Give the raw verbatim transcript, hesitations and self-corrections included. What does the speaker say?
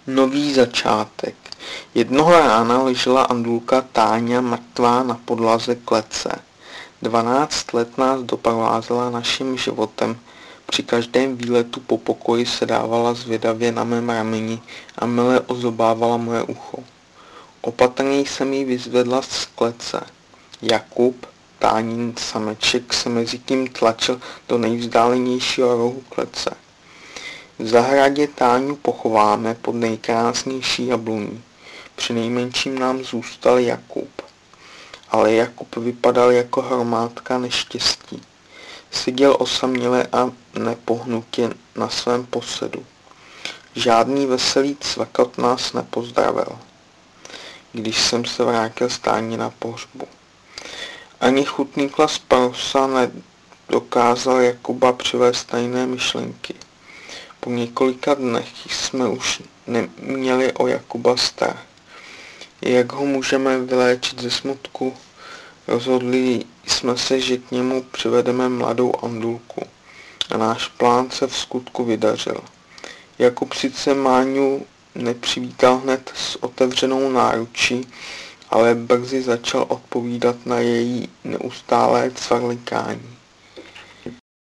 Nový začátek. Jednoho rána ležela Andulka Táňa mrtvá na podlaze klece. Dvanáct let nás doprovázela naším životem. Při každém výletu po pokoji se dávala zvědavě na mém rameni a mile ozobávala moje ucho. Opatrně jsem ji vyzvedla z klece. Jakub, Tánin sameček, se mezitím tlačil do nejvzdálenějšího rohu klece. V zahradě Táňu pochováme pod nejkrásnější jabloní. Přinejmenším nám zůstal Jakub. Ale Jakub vypadal jako hromádka neštěstí. Seděl osaměle a nepohnutě na svém posedu. Žádný veselý cvakot nás nepozdravil, když jsem se vrátil z Táni na pohřbu. Ani chutný klas prsa nedokázal Jakuba přivést na jiné myšlenky. Po několika dnech jsme už neměli o Jakuba strach. Jak ho můžeme vyléčit ze smutku? Rozhodli jsme se, že k němu přivedeme mladou Andulku. A náš plán se v skutku vydařil. Jakub sice Máňu nepřivítal hned s otevřenou náručí, ale brzy začal odpovídat na její neustálé cvrlikání.